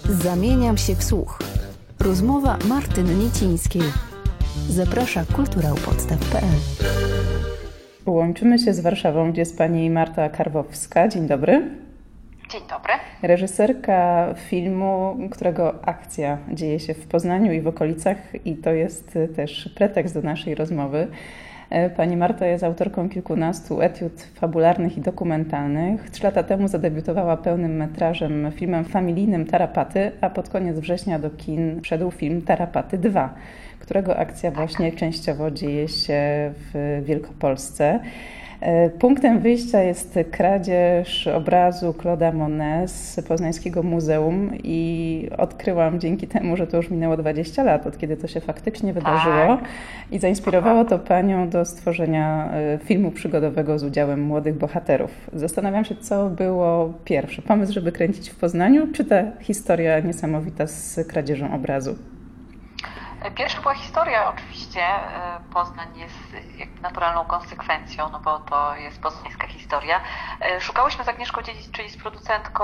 Zamieniam się w słuch. Rozmowa Martyny Niecińskiej. Zaprasza kulturałpodstaw.pl. Łączymy się z Warszawą, gdzie jest pani Marta Karwowska. Dzień dobry. Dzień dobry. Reżyserka filmu, którego akcja dzieje się w Poznaniu i w okolicach, i to jest też pretekst do naszej rozmowy. Pani Marta jest autorką kilkunastu etiud fabularnych i dokumentalnych. 3 lata temu zadebiutowała pełnym metrażem filmem familijnym Tarapaty, a pod koniec września do kin wszedł film Tarapaty 2, którego akcja właśnie częściowo dzieje się w Wielkopolsce. Punktem wyjścia jest kradzież obrazu Claude'a Monet z Poznańskiego Muzeum i odkryłam dzięki temu, że to już minęło 20 lat, od kiedy to się faktycznie wydarzyło i zainspirowało to panią do stworzenia filmu przygodowego z udziałem młodych bohaterów. Zastanawiam się, co było pierwsze, pomysł, żeby kręcić w Poznaniu, czy ta historia niesamowita z kradzieżą obrazu? Pierwsza była historia, oczywiście. Poznań jest jakby naturalną konsekwencją, no bo to jest poznańska historia. Szukałyśmy z Agnieszką Dziedzic, czyli z producentką,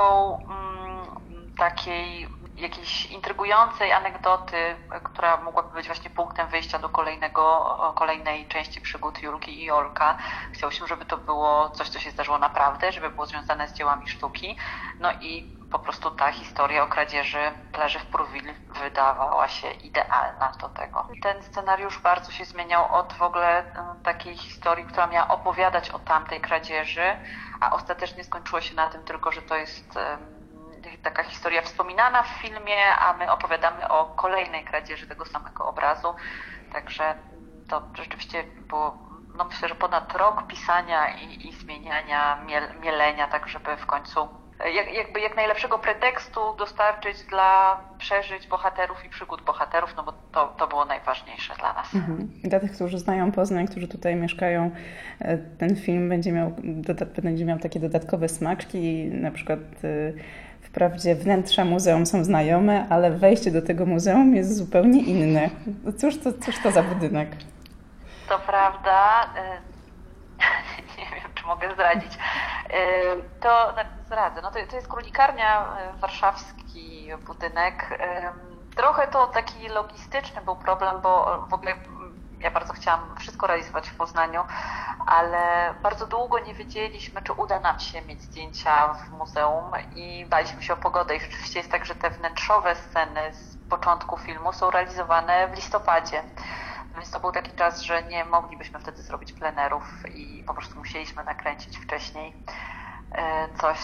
takiej jakiejś intrygującej anegdoty, która mogłaby być właśnie punktem wyjścia do kolejnej części przygód Julki i Jolka. Chciałyśmy, żeby to było coś, co się zdarzyło naprawdę, żeby było związane z dziełami sztuki. No i po prostu ta historia o kradzieży plaży w Pourville wydawała się idealna do tego. Ten scenariusz bardzo się zmieniał od w ogóle takiej historii, która miała opowiadać o tamtej kradzieży, a ostatecznie skończyło się na tym tylko, że to jest taka historia wspominana w filmie, a my opowiadamy o kolejnej kradzieży tego samego obrazu. Także to rzeczywiście było, no myślę, że ponad rok pisania i zmieniania, mielenia, tak żeby w końcu jak najlepszego pretekstu dostarczyć dla przeżyć bohaterów i przygód bohaterów, no bo to było najważniejsze dla nas. Dla tych, którzy znają Poznań, którzy tutaj mieszkają, ten film będzie miał takie dodatkowe smaczki, na przykład wprawdzie wnętrza muzeum są znajome, ale wejście do tego muzeum jest zupełnie inne. Cóż to za budynek? To prawda. Nie wiem, czy mogę zdradzić. To zdradzę. No to jest królikarnia, warszawski budynek. Trochę to taki logistyczny był problem, bo w ogóle ja bardzo chciałam wszystko realizować w Poznaniu, ale bardzo długo nie wiedzieliśmy, czy uda nam się mieć zdjęcia w muzeum i baliśmy się o pogodę. I rzeczywiście jest tak, że te wnętrzowe sceny z początku filmu są realizowane w listopadzie. Więc to był taki czas, że nie moglibyśmy wtedy zrobić plenerów i po prostu musieliśmy nakręcić wcześniej coś,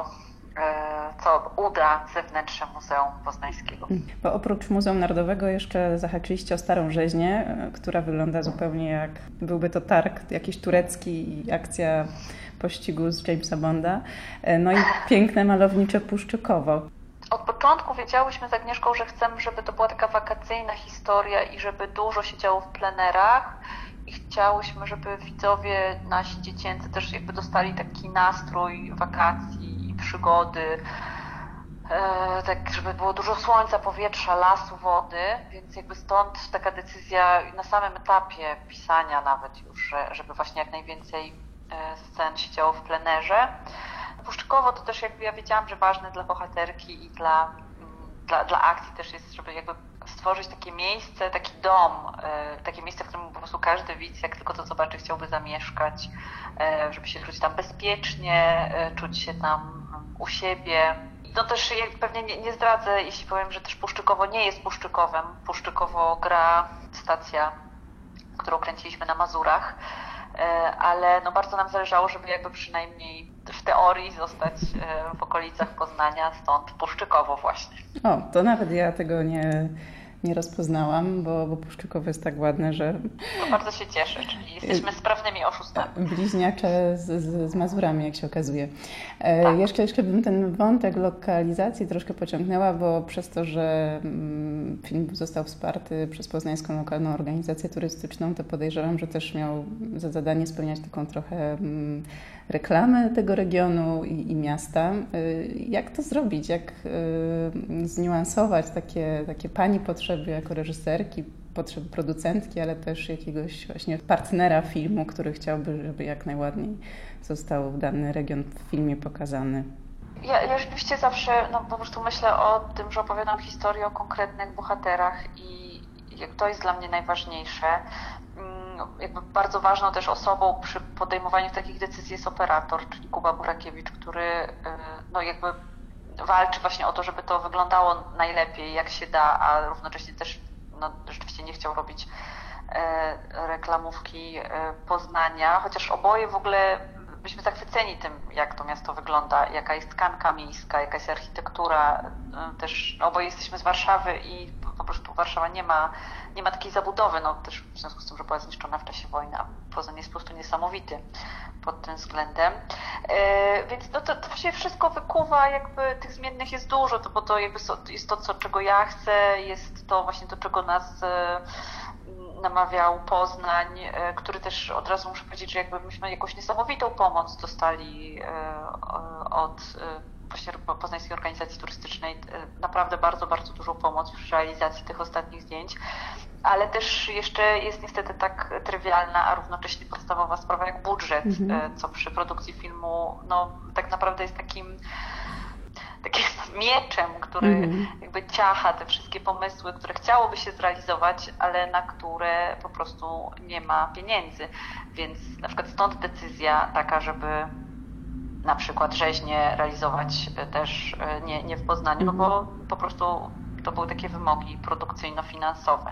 co uda ze wnętrzem Muzeum Poznańskiego. Bo oprócz Muzeum Narodowego jeszcze zahaczyliście o Starą Rzeźnię, która wygląda zupełnie jak byłby to targ jakiś turecki i akcja pościgu z Jamesa Bonda. No i piękne, malownicze Puszczykowo. Od początku wiedziałyśmy z Agnieszką, że chcemy, żeby to była taka wakacyjna historia i żeby dużo się działo w plenerach i chciałyśmy, żeby widzowie nasi dziecięcy też jakby dostali taki nastrój wakacji i przygody, tak żeby było dużo słońca, powietrza, lasu, wody, więc jakby stąd taka decyzja na samym etapie pisania nawet już, żeby właśnie jak najwięcej scen się działo w plenerze. Puszczykowo to też jakby ja wiedziałam, że ważne dla bohaterki i dla akcji też jest, żeby jakby stworzyć takie miejsce, taki dom, takie miejsce, w którym po prostu każdy widz, jak tylko to zobaczy, chciałby zamieszkać, żeby się czuć tam bezpiecznie, czuć się tam u siebie. No też pewnie nie zdradzę, jeśli powiem, że też Puszczykowo nie jest Puszczykowem. Puszczykowo gra stacja, którą kręciliśmy na Mazurach, ale no bardzo nam zależało, żeby jakby przynajmniej w teorii zostać w okolicach Poznania, stąd Puszczykowo właśnie. O, to nawet ja tego nie rozpoznałam, bo Puszczykowo jest tak ładne, że... To bardzo się cieszę, czyli jesteśmy sprawnymi oszustami. Bliźniacze z Mazurami, jak się okazuje. Tak. Jeszcze bym ten wątek lokalizacji troszkę pociągnęła, bo przez to, że film został wsparty przez Poznańską Lokalną Organizację Turystyczną, to podejrzewam, że też miał za zadanie spełniać taką trochę reklamę tego regionu i miasta. Jak to zrobić? Jak zniuansować takie pani potrzeby jako reżyserki, potrzeby producentki, ale też jakiegoś właśnie partnera filmu, który chciałby, żeby jak najładniej został dany region w filmie pokazany? Ja rzeczywiście zawsze po prostu myślę o tym, że opowiadam historię o konkretnych bohaterach i to jest dla mnie najważniejsze. Jakby bardzo ważną też osobą przy podejmowaniu takich decyzji jest operator, czyli Kuba Burakiewicz, który jakby walczy właśnie o to, żeby to wyglądało najlepiej jak się da, a równocześnie też rzeczywiście nie chciał robić reklamówki Poznania, chociaż oboje w ogóle byliśmy zachwyceni tym, jak to miasto wygląda, jaka jest tkanka miejska, jaka jest architektura. Też oboje jesteśmy z Warszawy i po prostu Warszawa nie ma takiej zabudowy, też w związku z tym, że była zniszczona w czasie wojny, a Poznań jest po prostu niesamowity pod tym względem. Więc to właściwie wszystko wykuwa, jakby tych zmiennych jest dużo, bo to jakby jest to, czego ja chcę, jest to właśnie do czego nas namawiał Poznań, który też od razu muszę powiedzieć, że jakby myśmy jakąś niesamowitą pomoc dostali od właśnie Poznańskiej Organizacji Turystycznej, naprawdę bardzo, bardzo dużą pomoc przy realizacji tych ostatnich zdjęć, ale też jeszcze jest niestety tak trywialna, a równocześnie podstawowa sprawa jak budżet, co przy produkcji filmu tak naprawdę jest takim mieczem, który jakby ciacha te wszystkie pomysły, które chciałoby się zrealizować, ale na które po prostu nie ma pieniędzy. Więc na przykład stąd decyzja taka, żeby na przykład rzeźnie realizować też nie w Poznaniu, bo po prostu to były takie wymogi produkcyjno-finansowe.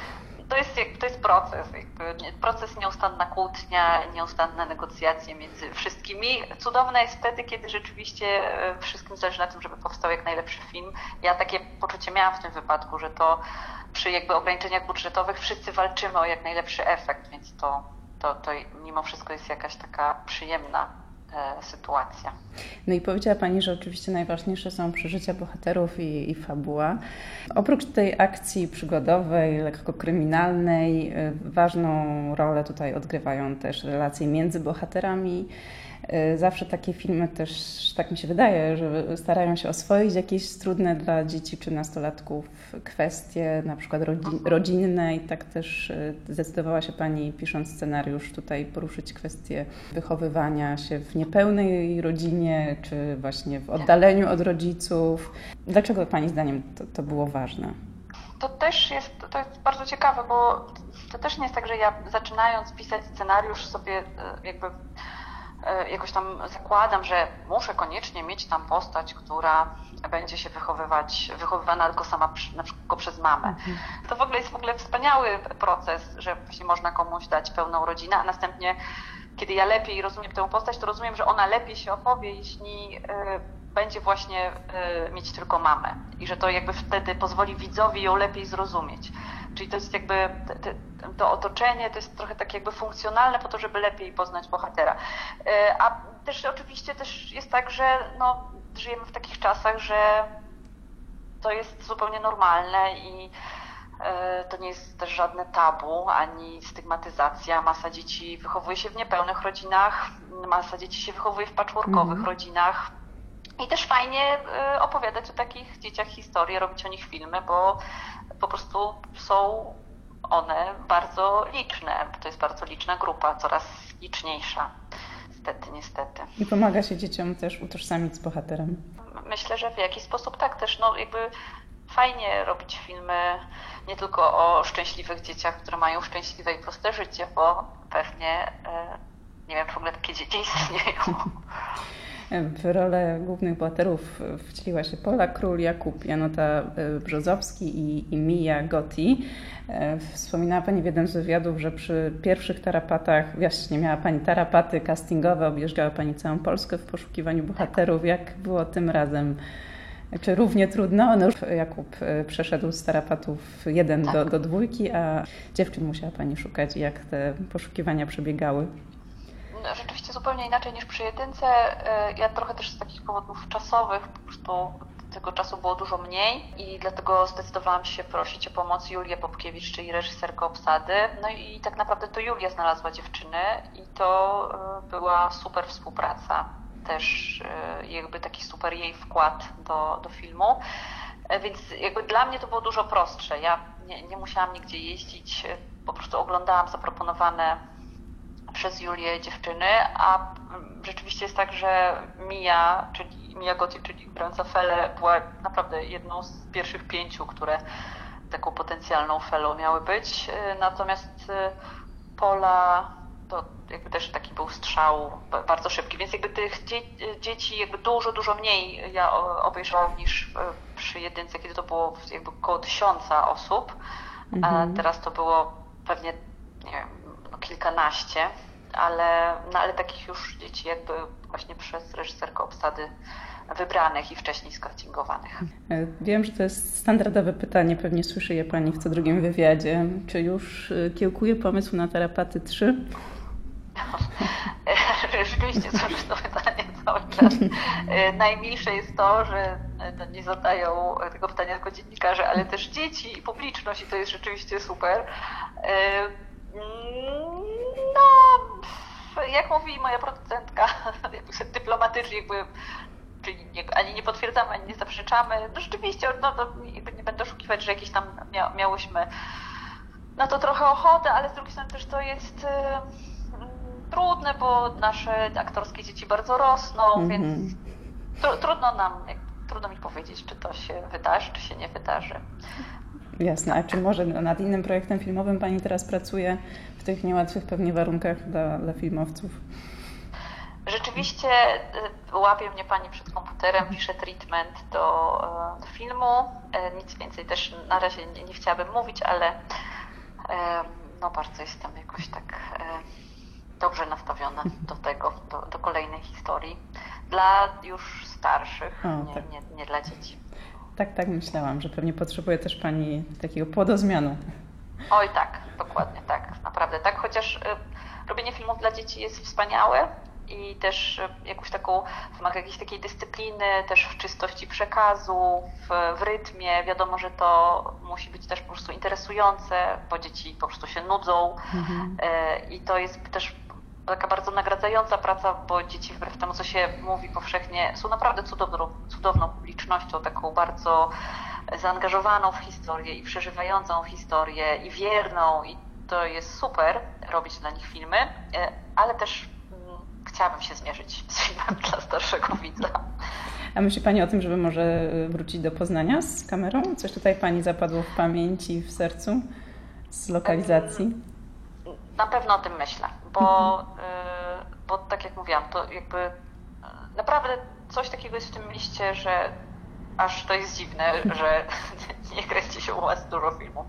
To jest proces, nieustanna kłótnia, nieustanne negocjacje między wszystkimi. Cudowne jest wtedy, kiedy rzeczywiście wszystkim zależy na tym, żeby powstał jak najlepszy film. Ja takie poczucie miałam w tym wypadku, że to przy jakby ograniczeniach budżetowych wszyscy walczymy o jak najlepszy efekt, więc to mimo wszystko jest jakaś taka przyjemna sytuacja. No i powiedziała Pani, że oczywiście najważniejsze są przeżycia bohaterów i fabuła. Oprócz tej akcji przygodowej, lekko kryminalnej, ważną rolę tutaj odgrywają też relacje między bohaterami. Zawsze takie filmy też, tak mi się wydaje, że starają się oswoić jakieś trudne dla dzieci czy nastolatków kwestie, na przykład rodzinne, i tak też zdecydowała się Pani, pisząc scenariusz, tutaj poruszyć kwestię wychowywania się w niepełnej rodzinie, czy właśnie w oddaleniu od rodziców. Dlaczego Pani zdaniem to było ważne? To jest bardzo ciekawe, bo to też nie jest tak, że ja zaczynając pisać scenariusz sobie jakby jakoś tam zakładam, że muszę koniecznie mieć tam postać, która będzie się wychowywana tylko sama przez mamę. To w ogóle jest wspaniały proces, że właśnie można komuś dać pełną rodzinę, a następnie, kiedy ja lepiej rozumiem tę postać, to rozumiem, że ona lepiej się opowie, jeśli będzie właśnie mieć tylko mamę i że to jakby wtedy pozwoli widzowi ją lepiej zrozumieć. Czyli to jest jakby to otoczenie, to jest trochę tak jakby funkcjonalne po to, żeby lepiej poznać bohatera. A też oczywiście też jest tak, że żyjemy w takich czasach, że to jest zupełnie normalne i to nie jest też żadne tabu, ani stygmatyzacja. Masa dzieci wychowuje się w niepełnych rodzinach, masa dzieci się wychowuje w patchworkowych rodzinach. I też fajnie opowiadać o takich dzieciach historie, robić o nich filmy, bo po prostu są one bardzo liczne. To jest bardzo liczna grupa, coraz liczniejsza. Niestety. I pomaga się dzieciom też utożsamić z bohaterem. Myślę, że w jakiś sposób tak też. Jakby fajnie robić filmy nie tylko o szczęśliwych dzieciach, które mają szczęśliwe i proste życie, bo pewnie nie wiem, czy w ogóle takie dzieci istnieją. W rolę głównych bohaterów wcieliła się Pola Król, Jakub Janota Brzozowski i Mija Gotti. Wspominała Pani w jednym z wywiadów, że przy pierwszych tarapatach, właśnie miała Pani tarapaty castingowe, objeżdżała Pani całą Polskę w poszukiwaniu bohaterów. Jak było tym razem? Czy równie trudno? Jakub przeszedł z tarapatów 1 do 2, a dziewczyn musiała Pani szukać. Jak te poszukiwania przebiegały? Rzeczywiście zupełnie inaczej niż przy jedynce. Ja trochę też z takich powodów czasowych, po prostu tego czasu było dużo mniej i dlatego zdecydowałam się prosić o pomoc Julię Popkiewicz, czyli reżyserkę obsady. No i tak naprawdę to Julia znalazła dziewczyny i to była super współpraca. Też jakby taki super jej wkład do filmu. Więc jakby dla mnie to było dużo prostsze. Ja nie musiałam nigdzie jeździć, po prostu oglądałam zaproponowane przez Julię dziewczyny, a rzeczywiście jest tak, że Mia Gotti, czyli grająca Felę, była naprawdę jedną z pierwszych 5, które taką potencjalną Felą miały być. Natomiast Pola to jakby też taki był strzał bardzo szybki, więc jakby tych dzieci jakby dużo mniej ja obejrzałam niż przy jedynce, kiedy to było jakby około 1000 osób, a teraz to było pewnie, nie wiem, kilkanaście, ale takich już dzieci jakby właśnie przez reżyserkę obsady wybranych i wcześniej skastingowanych. Wiem, że to jest standardowe pytanie, pewnie słyszy je Pani w co drugim wywiadzie. Czy już kiełkuje pomysł na Tarapaty 3? Rzeczywiście słyszę to pytanie cały czas. Najmilsze jest to, że nie zadają tego pytania tylko dziennikarze, ale też dzieci i publiczność i to jest rzeczywiście super. No, jak mówi moja producentka, dyplomatycznie czyli ani nie potwierdzamy, ani nie zaprzeczamy. No rzeczywiście, jakby nie będę oszukiwać, że jakieś tam miałyśmy na to trochę ochotę, ale z drugiej strony też to jest trudne, bo nasze aktorskie dzieci bardzo rosną, więc trudno mi powiedzieć, czy to się wydarzy, czy się nie wydarzy. Jasne, a czy może nad innym projektem filmowym Pani teraz pracuje w tych niełatwych pewnie warunkach dla filmowców? Rzeczywiście łapie mnie Pani przed komputerem, pisze treatment do filmu. Nic więcej też na razie nie chciałabym mówić, ale no bardzo jestem jakoś tak dobrze nastawiona do tego, do kolejnej historii. Dla już starszych, tak. nie dla dzieci. Tak myślałam, że pewnie potrzebuje też Pani takiego płodozmianu. Oj tak, dokładnie tak, naprawdę tak, chociaż robienie filmów dla dzieci jest wspaniałe i też jakąś taką, wymaga jakiejś takiej dyscypliny, też w czystości przekazu, w rytmie. Wiadomo, że to musi być też po prostu interesujące, bo dzieci po prostu się nudzą i to jest też taka bardzo nagradzająca praca, bo dzieci wbrew temu, co się mówi powszechnie, są naprawdę cudowną publicznością, taką bardzo zaangażowaną w historię i przeżywającą historię i wierną i to jest super robić dla nich filmy, ale też chciałabym się zmierzyć z filmem dla starszego widza. A myśli Pani o tym, żeby może wrócić do Poznania z kamerą? Coś tutaj Pani zapadło w pamięci, w sercu z lokalizacji? Na pewno o tym myślę, bo tak jak mówiłam, to jakby naprawdę coś takiego jest w tym mieście, że aż to jest dziwne, że nie kręci się u Was dużo filmów.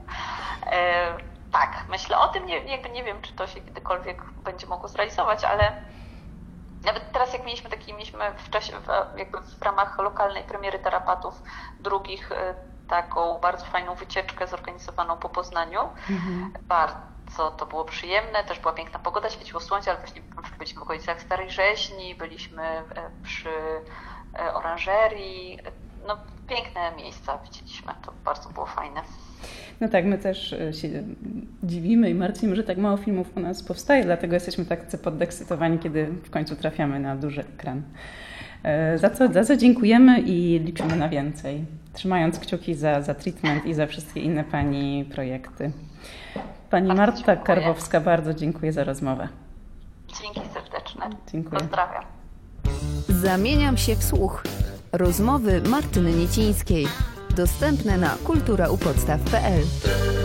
Tak, myślę o tym, nie wiem, czy to się kiedykolwiek będzie mogło zrealizować, ale nawet teraz jak mieliśmy w czasie, jakby w ramach lokalnej premiery Tarapatów drugich taką bardzo fajną wycieczkę zorganizowaną po Poznaniu. Bardzo to było przyjemne, też była piękna pogoda, świeciło słońce, ale właśnie byliśmy w okolicach Starej Rzeźni, byliśmy przy oranżerii. No, piękne miejsca widzieliśmy, to bardzo było fajne. No tak, my też się dziwimy i martwimy, że tak mało filmów u nas powstaje, dlatego jesteśmy tak podekscytowani, kiedy w końcu trafiamy na duży ekran. Za co dziękujemy i liczymy na więcej, trzymając kciuki za treatment i za wszystkie inne Pani projekty. Pani Marta Karwowska, bardzo dziękuję za rozmowę. Dzięki serdeczne. Dziękuję. Pozdrawiam. Zamieniam się w słuch. Rozmowy Martyny Niecińskiej. Dostępne na kulturaupodstaw.pl.